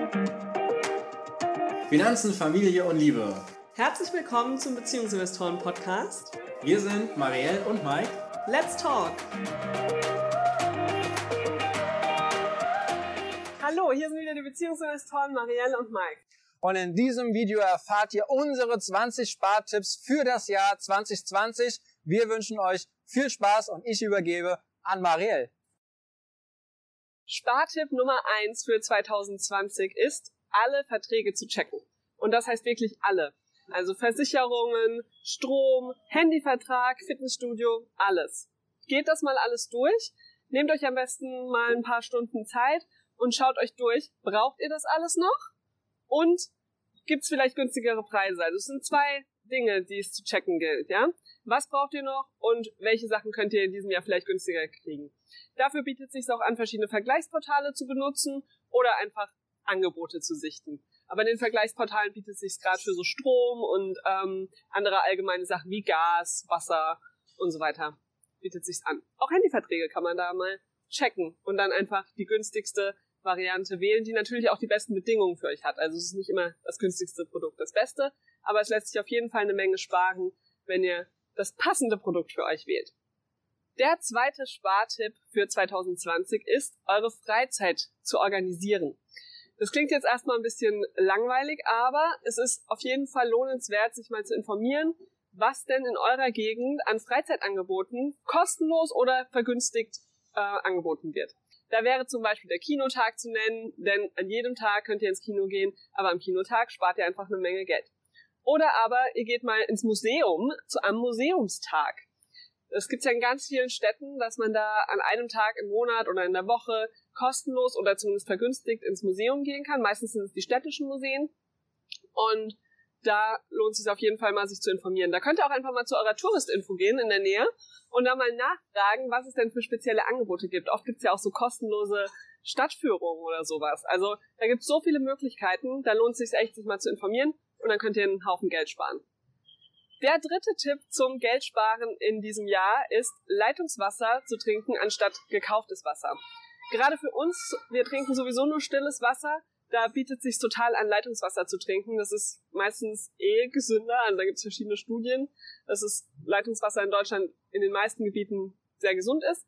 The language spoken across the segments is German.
Finanzen, Familie und Liebe. Herzlich willkommen zum Beziehungsinvestoren-Podcast. Wir sind Marielle und Mike. Let's talk! Hallo, hier sind wieder die Beziehungsinvestoren Marielle und Mike. Und in diesem Video erfahrt ihr unsere 20 Spartipps für das Jahr 2020. Wir wünschen euch viel Spaß und ich übergebe an Marielle. Spartipp Nummer 1 für 2020 ist, alle Verträge zu checken. Und das heißt wirklich alle. Also Versicherungen, Strom, Handyvertrag, Fitnessstudio, alles. Geht das mal alles durch. Nehmt euch am besten mal ein paar Stunden Zeit und schaut euch durch, braucht ihr das alles noch? Und gibt's vielleicht günstigere Preise? Also es sind 2 Dinge, die es zu checken gilt, ja? Was braucht ihr noch und welche Sachen könnt ihr in diesem Jahr vielleicht günstiger kriegen? Dafür bietet es sich auch an, verschiedene Vergleichsportale zu benutzen oder einfach Angebote zu sichten. Aber in den Vergleichsportalen bietet es sich gerade für so Strom und andere allgemeine Sachen wie Gas, Wasser und so weiter bietet sich's an. Auch Handyverträge kann man da mal checken und dann einfach die günstigste Variante wählen, die natürlich auch die besten Bedingungen für euch hat. Also es ist nicht immer das günstigste Produkt das Beste, aber es lässt sich auf jeden Fall eine Menge sparen, wenn ihr das passende Produkt für euch wählt. Der zweite Spartipp für 2020 ist, eure Freizeit zu organisieren. Das klingt jetzt erstmal ein bisschen langweilig, aber es ist auf jeden Fall lohnenswert, sich mal zu informieren, was denn in eurer Gegend an Freizeitangeboten kostenlos oder vergünstigt angeboten wird. Da wäre zum Beispiel der Kinotag zu nennen, denn an jedem Tag könnt ihr ins Kino gehen, aber am Kinotag spart ihr einfach eine Menge Geld. Oder aber ihr geht mal ins Museum zu einem Museumstag. Es gibt ja in ganz vielen Städten, dass man da an einem Tag im Monat oder in der Woche kostenlos oder zumindest vergünstigt ins Museum gehen kann. Meistens sind es die städtischen Museen. Und da lohnt es sich auf jeden Fall mal, sich zu informieren. Da könnt ihr auch einfach mal zu eurer Touristinfo gehen in der Nähe und da mal nachfragen, was es denn für spezielle Angebote gibt. Oft gibt es ja auch so kostenlose Stadtführungen oder sowas. Also da gibt es so viele Möglichkeiten, da lohnt es sich echt, sich mal zu informieren und dann könnt ihr einen Haufen Geld sparen. Der dritte Tipp zum Geldsparen in diesem Jahr ist, Leitungswasser zu trinken anstatt gekauftes Wasser. Gerade für uns, wir trinken sowieso nur stilles Wasser, da bietet es sich total an, Leitungswasser zu trinken. Das ist meistens gesünder, also da gibt es verschiedene Studien, dass das Leitungswasser in Deutschland in den meisten Gebieten sehr gesund ist.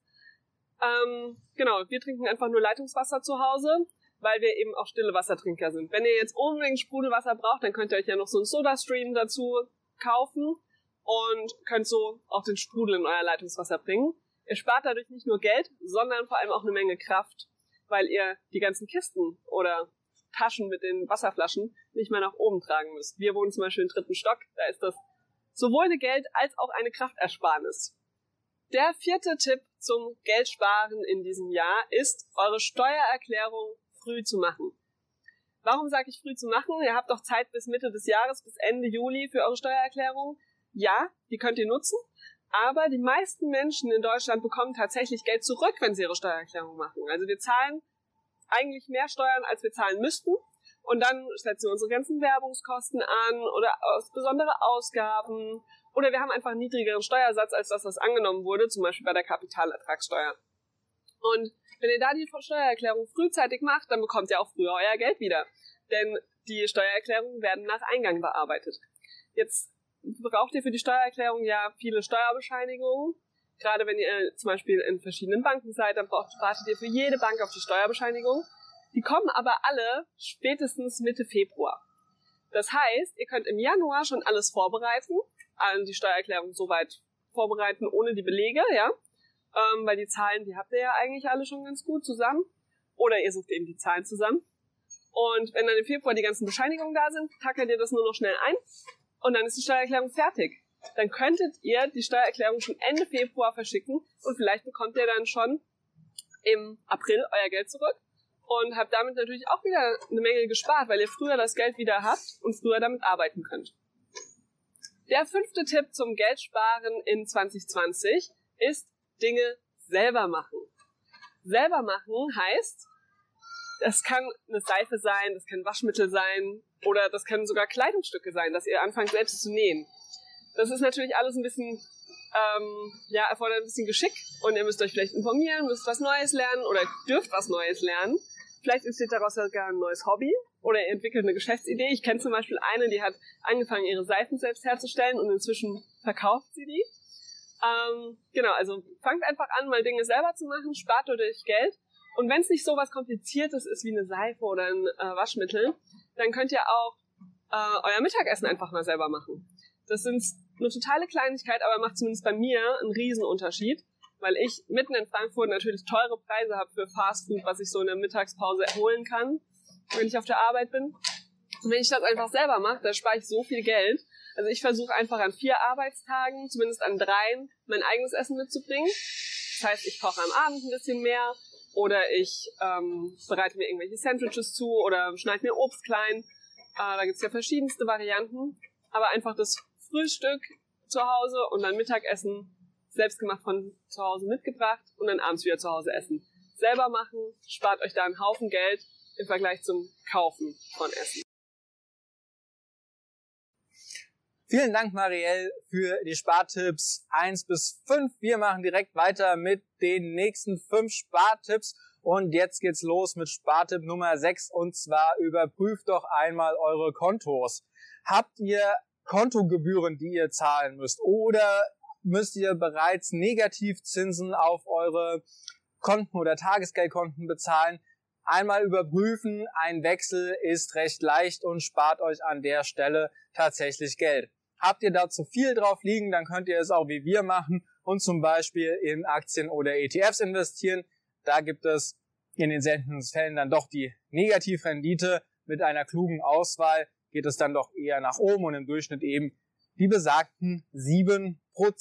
Genau, wir trinken einfach nur Leitungswasser zu Hause, weil wir eben auch stille Wassertrinker sind. Wenn ihr jetzt unbedingt Sprudelwasser braucht, dann könnt ihr euch ja noch so einen Soda-Stream dazu kaufen und könnt so auch den Sprudel in euer Leitungswasser bringen. Ihr spart dadurch nicht nur Geld, sondern vor allem auch eine Menge Kraft, weil ihr die ganzen Kisten oder Taschen mit den Wasserflaschen nicht mehr nach oben tragen müsst. Wir wohnen zum Beispiel im 3. Stock, da ist das sowohl eine Geld- als auch eine Kraftersparnis. Der 4. Tipp zum Geldsparen in diesem Jahr ist, eure Steuererklärung früh zu machen. Warum sage ich früh zu machen? Ihr habt doch Zeit bis Mitte des Jahres, bis Ende Juli für eure Steuererklärung. Ja, die könnt ihr nutzen, aber die meisten Menschen in Deutschland bekommen tatsächlich Geld zurück, wenn sie ihre Steuererklärung machen. Also wir zahlen eigentlich mehr Steuern, als wir zahlen müssten. Und dann setzen wir unsere ganzen Werbungskosten an oder besondere Ausgaben. Oder wir haben einfach einen niedrigeren Steuersatz, als das, was angenommen wurde, zum Beispiel bei der Kapitalertragssteuer. Und wenn ihr da die Steuererklärung frühzeitig macht, dann bekommt ihr auch früher euer Geld wieder. Denn die Steuererklärungen werden nach Eingang bearbeitet. Jetzt braucht ihr für die Steuererklärung ja viele Steuerbescheinigungen. Gerade wenn ihr zum Beispiel in verschiedenen Banken seid, dann wartet ihr für jede Bank auf die Steuerbescheinigung. Die kommen aber alle spätestens Mitte Februar. Das heißt, ihr könnt im Januar schon alles vorbereiten, die Steuererklärung soweit vorbereiten ohne die Belege, ja, weil die Zahlen, die habt ihr ja eigentlich alle schon ganz gut zusammen. Oder ihr sucht eben die Zahlen zusammen. Und wenn dann im Februar die ganzen Bescheinigungen da sind, tackert ihr das nur noch schnell ein und dann ist die Steuererklärung fertig. Dann könntet ihr die Steuererklärung schon Ende Februar verschicken und vielleicht bekommt ihr dann schon im April euer Geld zurück und habt damit natürlich auch wieder eine Menge gespart, weil ihr früher das Geld wieder habt und früher damit arbeiten könnt. Der 5. Tipp zum Geldsparen in 2020 ist, Dinge selber machen. Selber machen heißt, das kann eine Seife sein, das kann Waschmittel sein oder das können sogar Kleidungsstücke sein, dass ihr anfangt selbst zu nähen. Das ist natürlich alles ein bisschen, erfordert ein bisschen Geschick und ihr müsst euch vielleicht informieren, müsst was Neues lernen oder dürft was Neues lernen. Vielleicht entsteht daraus sogar ein neues Hobby oder ihr entwickelt eine Geschäftsidee. Ich kenne zum Beispiel eine, die hat angefangen, ihre Seifen selbst herzustellen und inzwischen verkauft sie die. Genau, also fangt einfach an, mal Dinge selber zu machen, spart dadurch Geld. Und wenn es nicht so was Kompliziertes ist wie eine Seife oder ein Waschmittel, dann könnt ihr auch euer Mittagessen einfach mal selber machen. Das sind eine totale Kleinigkeit, aber macht zumindest bei mir einen Riesenunterschied, weil ich mitten in Frankfurt natürlich teure Preise habe für Fastfood, was ich so in der Mittagspause erholen kann, wenn ich auf der Arbeit bin. Und wenn ich das einfach selber mache, dann spare ich so viel Geld. Also ich versuche einfach an 4 Arbeitstagen, zumindest an 3, mein eigenes Essen mitzubringen. Das heißt, ich koche am Abend ein bisschen mehr oder ich bereite mir irgendwelche Sandwiches zu oder schneide mir Obst klein. Da gibt's ja verschiedenste Varianten. Aber einfach das Frühstück zu Hause und dann Mittagessen selbstgemacht von zu Hause mitgebracht und dann abends wieder zu Hause essen. Selber machen, spart euch da einen Haufen Geld im Vergleich zum Kaufen von Essen. Vielen Dank, Marielle, für die Spartipps 1 bis 5. Wir machen direkt weiter mit den nächsten 5 Spartipps. Und jetzt geht's los mit Spartipp Nummer 6. Und zwar überprüft doch einmal eure Kontos. Habt ihr Kontogebühren, die ihr zahlen müsst? Oder müsst ihr bereits Negativzinsen auf eure Konten oder Tagesgeldkonten bezahlen? Einmal überprüfen. Ein Wechsel ist recht leicht und spart euch an der Stelle tatsächlich Geld. Habt ihr da zu viel drauf liegen, dann könnt ihr es auch wie wir machen und zum Beispiel in Aktien oder ETFs investieren. Da gibt es in den seltenen Fällen dann doch die Negativrendite. Mit einer klugen Auswahl geht es dann doch eher nach oben und im Durchschnitt eben die besagten 7%.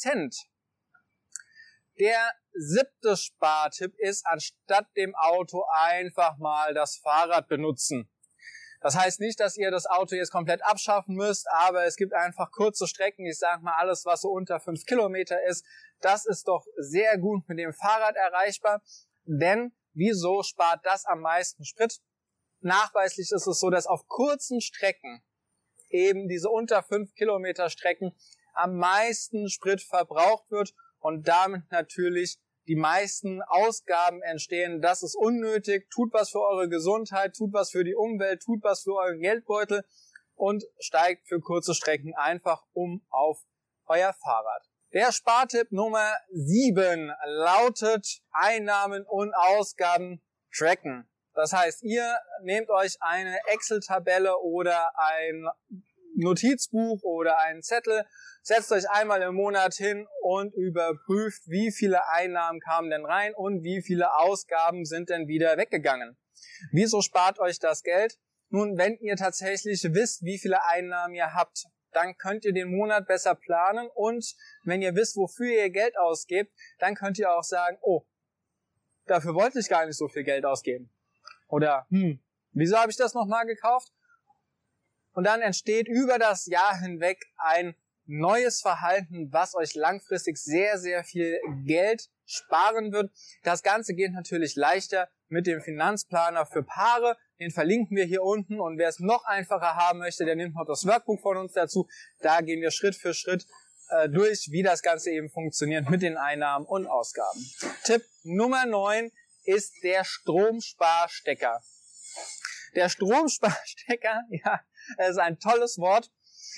Der 7. Spartipp ist, anstatt dem Auto einfach mal das Fahrrad benutzen. Das heißt nicht, dass ihr das Auto jetzt komplett abschaffen müsst, aber es gibt einfach kurze Strecken, ich sage mal alles, was so unter 5 Kilometer ist, das ist doch sehr gut mit dem Fahrrad erreichbar, denn wieso spart das am meisten Sprit? Nachweislich ist es so, dass auf kurzen Strecken, eben diese unter 5 Kilometer Strecken, am meisten Sprit verbraucht wird und damit natürlich die meisten Ausgaben entstehen. Das ist unnötig. Tut was für eure Gesundheit, tut was für die Umwelt, tut was für euren Geldbeutel und steigt für kurze Strecken einfach auf euer Fahrrad. Der Spartipp Nummer 7 lautet Einnahmen und Ausgaben tracken. Das heißt, ihr nehmt euch eine Excel-Tabelle oder ein Notizbuch oder einen Zettel, setzt euch einmal im Monat hin und überprüft, wie viele Einnahmen kamen denn rein und wie viele Ausgaben sind denn wieder weggegangen. Wieso spart euch das Geld? Nun, wenn ihr tatsächlich wisst, wie viele Einnahmen ihr habt, dann könnt ihr den Monat besser planen und wenn ihr wisst, wofür ihr Geld ausgebt, dann könnt ihr auch sagen, oh, dafür wollte ich gar nicht so viel Geld ausgeben. Oder, wieso habe ich das nochmal gekauft? Und dann entsteht über das Jahr hinweg ein neues Verhalten, was euch langfristig sehr, sehr viel Geld sparen wird. Das Ganze geht natürlich leichter mit dem Finanzplaner für Paare. Den verlinken wir hier unten und wer es noch einfacher haben möchte, der nimmt noch das Workbook von uns dazu. Da gehen wir Schritt für Schritt durch, wie das Ganze eben funktioniert mit den Einnahmen und Ausgaben. Tipp Nummer 9 ist der Stromsparstecker. Der Stromsparstecker, ja, das ist ein tolles Wort.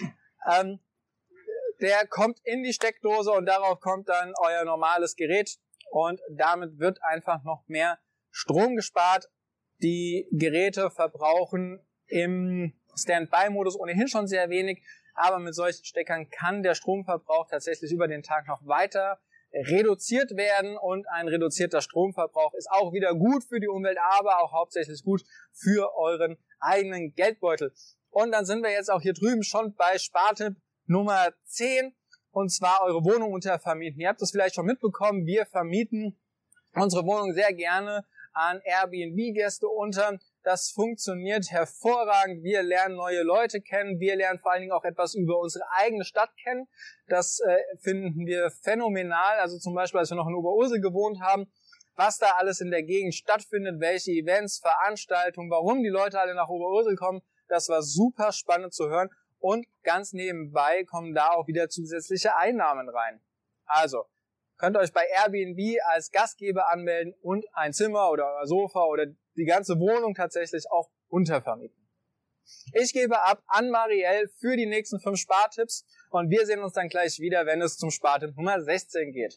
Der kommt in die Steckdose und darauf kommt dann euer normales Gerät und damit wird einfach noch mehr Strom gespart. Die Geräte verbrauchen im Standby-Modus ohnehin schon sehr wenig, aber mit solchen Steckern kann der Stromverbrauch tatsächlich über den Tag noch weiter reduziert werden und ein reduzierter Stromverbrauch ist auch wieder gut für die Umwelt, aber auch hauptsächlich gut für euren eigenen Geldbeutel. Und dann sind wir jetzt auch hier drüben schon bei Spartipp Nummer 10 und zwar eure Wohnung untervermieten. Ihr habt das vielleicht schon mitbekommen, wir vermieten unsere Wohnung sehr gerne an Airbnb-Gäste unter. Das funktioniert hervorragend. Wir lernen neue Leute kennen. Wir lernen vor allen Dingen auch etwas über unsere eigene Stadt kennen. Das finden wir phänomenal. Also zum Beispiel, als wir noch in Oberursel gewohnt haben, was da alles in der Gegend stattfindet, welche Events, Veranstaltungen, warum die Leute alle nach Oberursel kommen. Das war super spannend zu hören. Und ganz nebenbei kommen da auch wieder zusätzliche Einnahmen rein. Also, könnt euch bei Airbnb als Gastgeber anmelden und ein Zimmer oder euer Sofa oder die ganze Wohnung tatsächlich auch untervermieten. Ich gebe ab an Marielle für die nächsten 5 Spartipps und wir sehen uns dann gleich wieder, wenn es zum Spartipp Nummer 16 geht.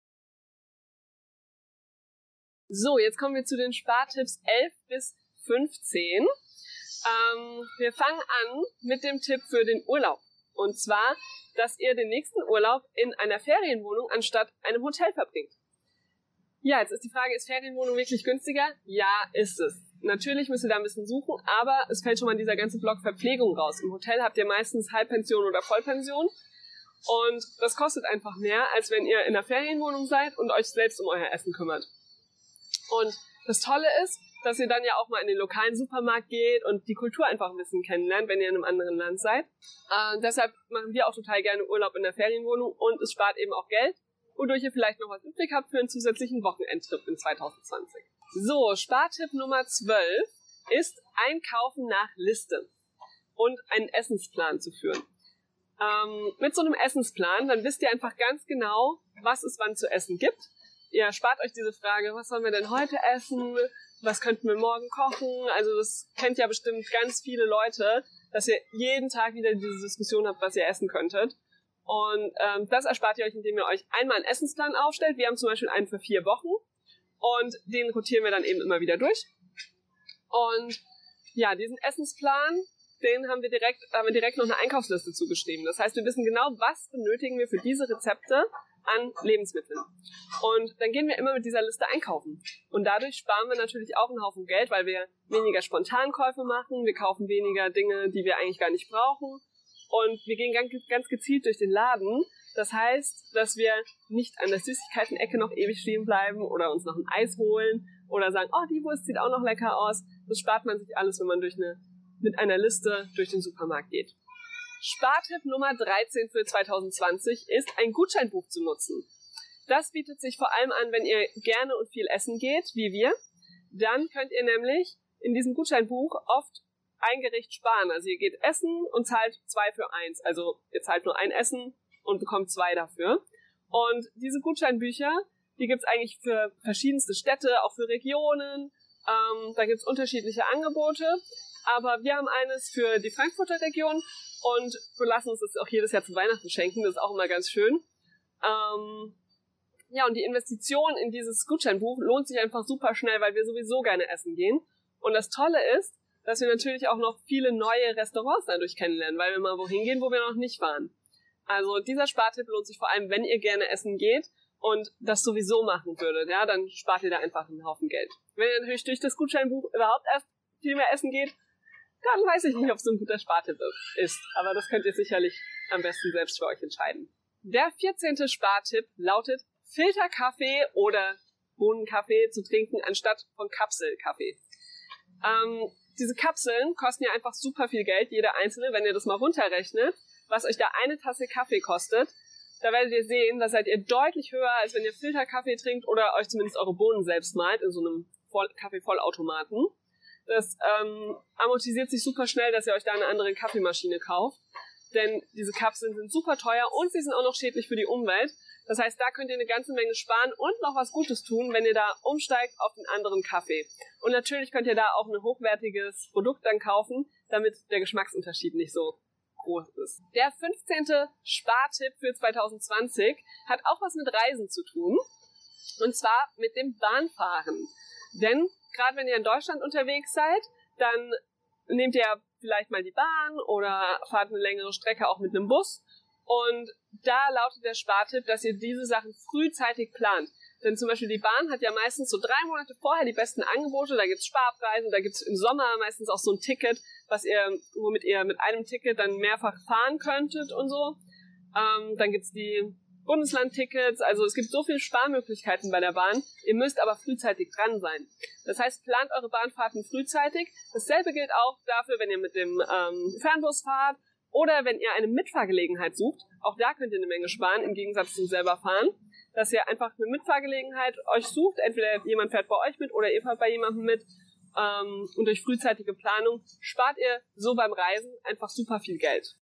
So, jetzt kommen wir zu den Spartipps 11 bis 15. Wir fangen an mit dem Tipp für den Urlaub. Und zwar, dass ihr den nächsten Urlaub in einer Ferienwohnung anstatt einem Hotel verbringt. Ja, jetzt ist die Frage, ist Ferienwohnung wirklich günstiger? Ja, ist es. Natürlich müsst ihr da ein bisschen suchen, aber es fällt schon mal dieser ganze Block Verpflegung raus. Im Hotel habt ihr meistens Halbpension oder Vollpension und das kostet einfach mehr, als wenn ihr in einer Ferienwohnung seid und euch selbst um euer Essen kümmert. Und das Tolle ist, dass ihr dann ja auch mal in den lokalen Supermarkt geht und die Kultur einfach ein bisschen kennenlernt, wenn ihr in einem anderen Land seid. Deshalb machen wir auch total gerne Urlaub in der Ferienwohnung und es spart eben auch Geld, wodurch ihr vielleicht noch was übrig habt für einen zusätzlichen Wochenendtrip in 2020. So, Spartipp Nummer 12 ist Einkaufen nach Liste und einen Essensplan zu führen. Mit so einem Essensplan, dann wisst ihr einfach ganz genau, was es wann zu essen gibt. Ihr spart euch diese Frage, was sollen wir denn heute essen? Was könnten wir morgen kochen? Also das kennt ja bestimmt ganz viele Leute, dass ihr jeden Tag wieder diese Diskussion habt, was ihr essen könntet. Und das erspart ihr euch, indem ihr euch einmal einen Essensplan aufstellt. Wir haben zum Beispiel einen für 4 Wochen und den rotieren wir dann eben immer wieder durch. Und ja, diesen Essensplan, den haben wir direkt noch eine Einkaufsliste zugeschrieben. Das heißt, wir wissen genau, was benötigen wir für diese Rezepte an Lebensmitteln. Und dann gehen wir immer mit dieser Liste einkaufen. Und dadurch sparen wir natürlich auch einen Haufen Geld, weil wir weniger Spontankäufe machen, wir kaufen weniger Dinge, die wir eigentlich gar nicht brauchen. Und wir gehen ganz gezielt durch den Laden. Das heißt, dass wir nicht an der Süßigkeiten-Ecke noch ewig stehen bleiben oder uns noch ein Eis holen oder sagen, oh, die Wurst sieht auch noch lecker aus. Das spart man sich alles, wenn man mit einer Liste durch den Supermarkt geht. Spartipp Nummer 13 für 2020 ist, ein Gutscheinbuch zu nutzen. Das bietet sich vor allem an, wenn ihr gerne und viel essen geht, wie wir. Dann könnt ihr nämlich in diesem Gutscheinbuch oft ein Gericht sparen. Also ihr geht essen und zahlt 2 für 1. Also ihr zahlt nur ein Essen und bekommt 2 dafür. Und diese Gutscheinbücher, die gibt's eigentlich für verschiedenste Städte, auch für Regionen. Da gibt's unterschiedliche Angebote. Aber wir haben eines für die Frankfurter Region und wir lassen uns das auch jedes Jahr zu Weihnachten schenken. Das ist auch immer ganz schön. Ja, und die Investition in dieses Gutscheinbuch lohnt sich einfach super schnell, weil wir sowieso gerne essen gehen. Und das Tolle ist, dass wir natürlich auch noch viele neue Restaurants dadurch kennenlernen, weil wir mal wohin gehen, wo wir noch nicht waren. Also dieser Spartipp lohnt sich vor allem, wenn ihr gerne essen geht und das sowieso machen würdet. Ja, dann spart ihr da einfach einen Haufen Geld. Wenn ihr natürlich durch das Gutscheinbuch überhaupt erst viel mehr essen geht, dann weiß ich nicht, ob es so ein guter Spartipp ist. Aber das könnt ihr sicherlich am besten selbst für euch entscheiden. Der 14. Spartipp lautet, Filterkaffee oder Bohnenkaffee zu trinken anstatt von Kapselkaffee. Diese Kapseln kosten ja einfach super viel Geld, jede einzelne. Wenn ihr das mal runterrechnet, was euch da eine Tasse Kaffee kostet, da werdet ihr sehen, da seid ihr deutlich höher, als wenn ihr Filterkaffee trinkt oder euch zumindest eure Bohnen selbst malt in so einem Kaffeevollautomaten. Das amortisiert sich super schnell, dass ihr euch da eine andere Kaffeemaschine kauft. Denn diese Kapseln sind super teuer und sie sind auch noch schädlich für die Umwelt. Das heißt, da könnt ihr eine ganze Menge sparen und noch was Gutes tun, wenn ihr da umsteigt auf einen anderen Kaffee. Und natürlich könnt ihr da auch ein hochwertiges Produkt dann kaufen, damit der Geschmacksunterschied nicht so groß ist. Der 15. Spartipp für 2020 hat auch was mit Reisen zu tun. Und zwar mit dem Bahnfahren. Denn gerade wenn ihr in Deutschland unterwegs seid, dann nehmt ihr vielleicht mal die Bahn oder fahrt eine längere Strecke auch mit einem Bus. Und da lautet der Spartipp, dass ihr diese Sachen frühzeitig plant. Denn zum Beispiel die Bahn hat ja meistens so 3 Monate vorher die besten Angebote. Da gibt's Sparpreise, da gibt's im Sommer meistens auch so ein Ticket, womit ihr mit einem Ticket dann mehrfach fahren könntet und so. Dann gibt's die Bundeslandtickets, also es gibt so viele Sparmöglichkeiten bei der Bahn. Ihr müsst aber frühzeitig dran sein. Das heißt, plant eure Bahnfahrten frühzeitig. Dasselbe gilt auch dafür, wenn ihr mit dem Fernbus fahrt oder wenn ihr eine Mitfahrgelegenheit sucht. Auch da könnt ihr eine Menge sparen, im Gegensatz zum selber fahren. Dass ihr einfach eine Mitfahrgelegenheit euch sucht. Entweder jemand fährt bei euch mit oder ihr fahrt bei jemandem mit. Und durch frühzeitige Planung spart ihr so beim Reisen einfach super viel Geld.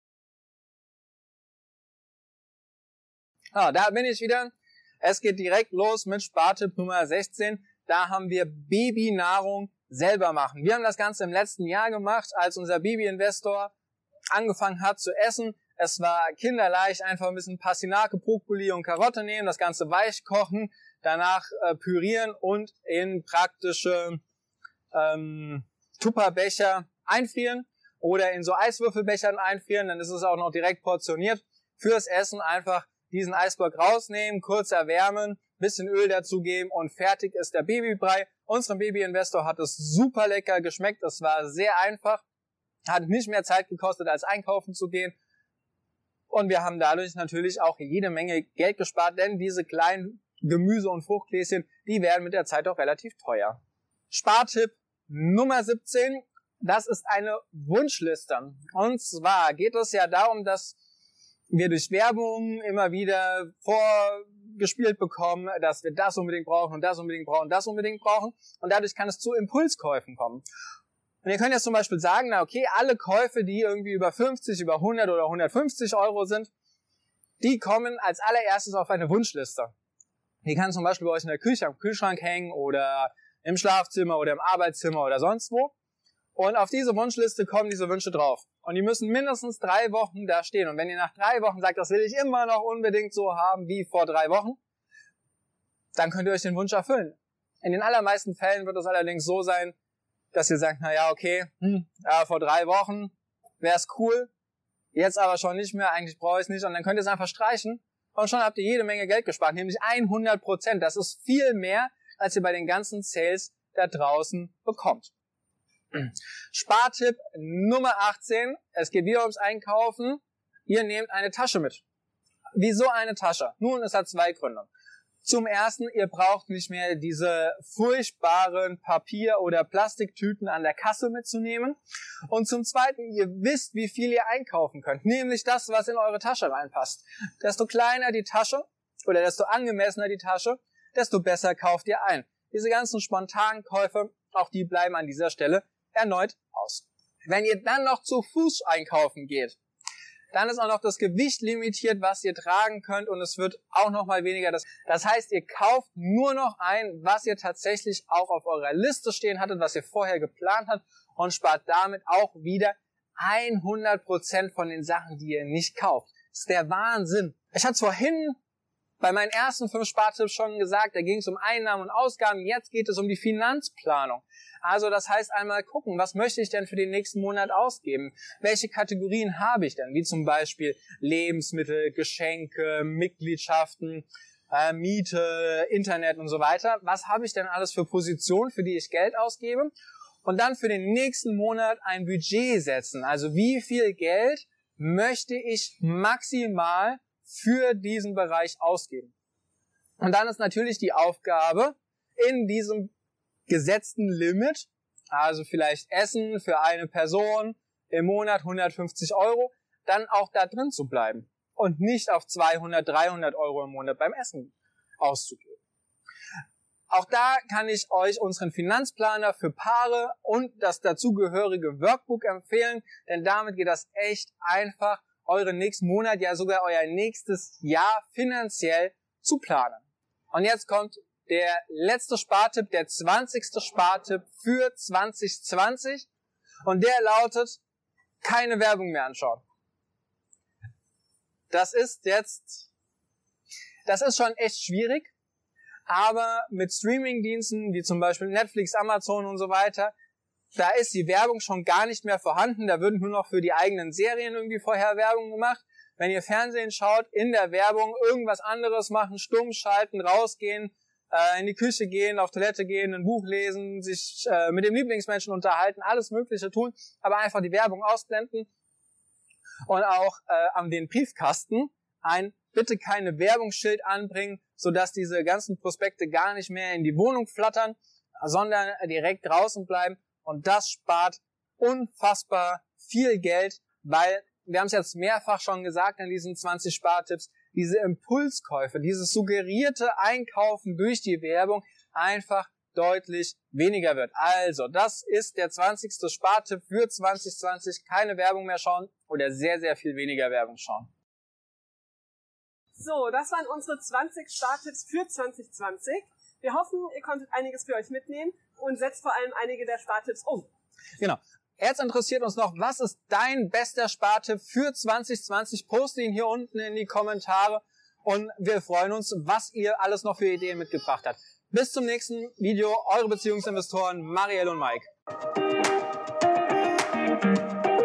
Da bin ich wieder. Es geht direkt los mit Spartipp Nummer 16. Da haben wir Babynahrung selber machen. Wir haben das Ganze im letzten Jahr gemacht, als unser Baby-Investor angefangen hat zu essen. Es war kinderleicht, einfach ein bisschen Pastinake, Brokkoli und Karotte nehmen, das Ganze weich kochen, danach pürieren und in praktische Tupperbecher einfrieren oder in so Eiswürfelbechern einfrieren, dann ist es auch noch direkt portioniert. Fürs Essen einfach diesen Eisblock rausnehmen, kurz erwärmen, bisschen Öl dazugeben und fertig ist der Babybrei. Unserem Baby-Investor hat es super lecker geschmeckt, es war sehr einfach, hat nicht mehr Zeit gekostet, als einkaufen zu gehen. Und wir haben dadurch natürlich auch jede Menge Geld gespart, denn diese kleinen Gemüse- und Fruchtgläschen, die werden mit der Zeit auch relativ teuer. Spartipp Nummer 17, das ist eine Wunschliste. Und zwar geht es ja darum, dass wir durch Werbung immer wieder vorgespielt bekommen, dass wir das unbedingt brauchen und das unbedingt brauchen und das unbedingt brauchen. Und dadurch kann es zu Impulskäufen kommen. Und ihr könnt jetzt zum Beispiel sagen, na okay, alle Käufe, die irgendwie über 50, über 100 oder 150 Euro sind, die kommen als allererstes auf eine Wunschliste. Die kann zum Beispiel bei euch in der Küche am Kühlschrank hängen oder im Schlafzimmer oder im Arbeitszimmer oder sonst wo. Und auf diese Wunschliste kommen diese Wünsche drauf. Und die müssen mindestens 3 Wochen da stehen. Und wenn ihr nach 3 Wochen sagt, das will ich immer noch unbedingt so haben wie vor 3 Wochen, dann könnt ihr euch den Wunsch erfüllen. In den allermeisten Fällen wird es allerdings so sein, dass ihr sagt, na ja, okay, vor 3 Wochen wäre es cool, jetzt aber schon nicht mehr, eigentlich brauche ich es nicht. Und dann könnt ihr es einfach streichen und schon habt ihr jede Menge Geld gespart, nämlich 100%. Das ist viel mehr, als ihr bei den ganzen Sales da draußen bekommt. Spartipp Nummer 18. Es geht wieder ums Einkaufen. Ihr nehmt eine Tasche mit. Wieso eine Tasche? Nun, es hat 2 Gründe. Zum ersten, ihr braucht nicht mehr diese furchtbaren Papier- oder Plastiktüten an der Kasse mitzunehmen. Und zum zweiten, ihr wisst, wie viel ihr einkaufen könnt. Nämlich das, was in eure Tasche reinpasst. Desto kleiner die Tasche oder desto angemessener die Tasche, desto besser kauft ihr ein. Diese ganzen spontanen Käufe, auch die bleiben an dieser Stelle erneut aus. Wenn ihr dann noch zu Fuß einkaufen geht, dann ist auch noch das Gewicht limitiert, was ihr tragen könnt und es wird auch noch mal weniger. Das heißt, ihr kauft nur noch ein, was ihr tatsächlich auch auf eurer Liste stehen hattet, was ihr vorher geplant habt und spart damit auch wieder 100% von den Sachen, die ihr nicht kauft. Das ist der Wahnsinn. Ich hatte es vorhin bei meinen ersten 5 Spartipps schon gesagt, da ging es um Einnahmen und Ausgaben, jetzt geht es um die Finanzplanung. Also das heißt einmal gucken, was möchte ich denn für den nächsten Monat ausgeben? Welche Kategorien habe ich denn? Wie zum Beispiel Lebensmittel, Geschenke, Mitgliedschaften, Miete, Internet und so weiter. Was habe ich denn alles für Positionen, für die ich Geld ausgebe? Und dann für den nächsten Monat ein Budget setzen. Also wie viel Geld möchte ich maximal für diesen Bereich ausgeben? Und dann ist natürlich die Aufgabe, in diesem gesetzten Limit, also vielleicht Essen für eine Person im Monat 150 Euro, dann auch da drin zu bleiben und nicht auf 200, 300 Euro im Monat beim Essen auszugeben. Auch da kann ich euch unseren Finanzplaner für Paare und das dazugehörige Workbook empfehlen, denn damit geht das echt einfach, euren nächsten Monat, ja sogar euer nächstes Jahr finanziell zu planen. Und jetzt kommt der letzte Spartipp, der 20. Spartipp für 2020 und der lautet, keine Werbung mehr anschauen. Das ist schon echt schwierig, aber mit Streamingdiensten wie zum Beispiel Netflix, Amazon und so weiter, da ist die Werbung schon gar nicht mehr vorhanden, da wird nur noch für die eigenen Serien irgendwie vorher Werbung gemacht. Wenn ihr Fernsehen schaut, in der Werbung irgendwas anderes machen, stumm schalten, rausgehen, in die Küche gehen, auf Toilette gehen, ein Buch lesen, sich mit dem Lieblingsmenschen unterhalten, alles Mögliche tun, aber einfach die Werbung ausblenden und auch an den Briefkasten ein bitte keine Werbungsschild anbringen, sodass diese ganzen Prospekte gar nicht mehr in die Wohnung flattern, sondern direkt draußen bleiben und das spart unfassbar viel Geld, weil wir haben es jetzt mehrfach schon gesagt in diesen 20 Spartipps, diese Impulskäufe, dieses suggerierte Einkaufen durch die Werbung einfach deutlich weniger wird. Also, das ist der 20. Spartipp für 2020. Keine Werbung mehr schauen oder sehr, sehr viel weniger Werbung schauen. So, das waren unsere 20 Spartipps für 2020. Wir hoffen, ihr konntet einiges für euch mitnehmen und setzt vor allem einige der Spartipps um. Genau. Jetzt interessiert uns noch, was ist dein bester Spartipp für 2020? Poste ihn hier unten in die Kommentare und wir freuen uns, was ihr alles noch für Ideen mitgebracht habt. Bis zum nächsten Video, eure Beziehungsinvestoren Marielle und Mike.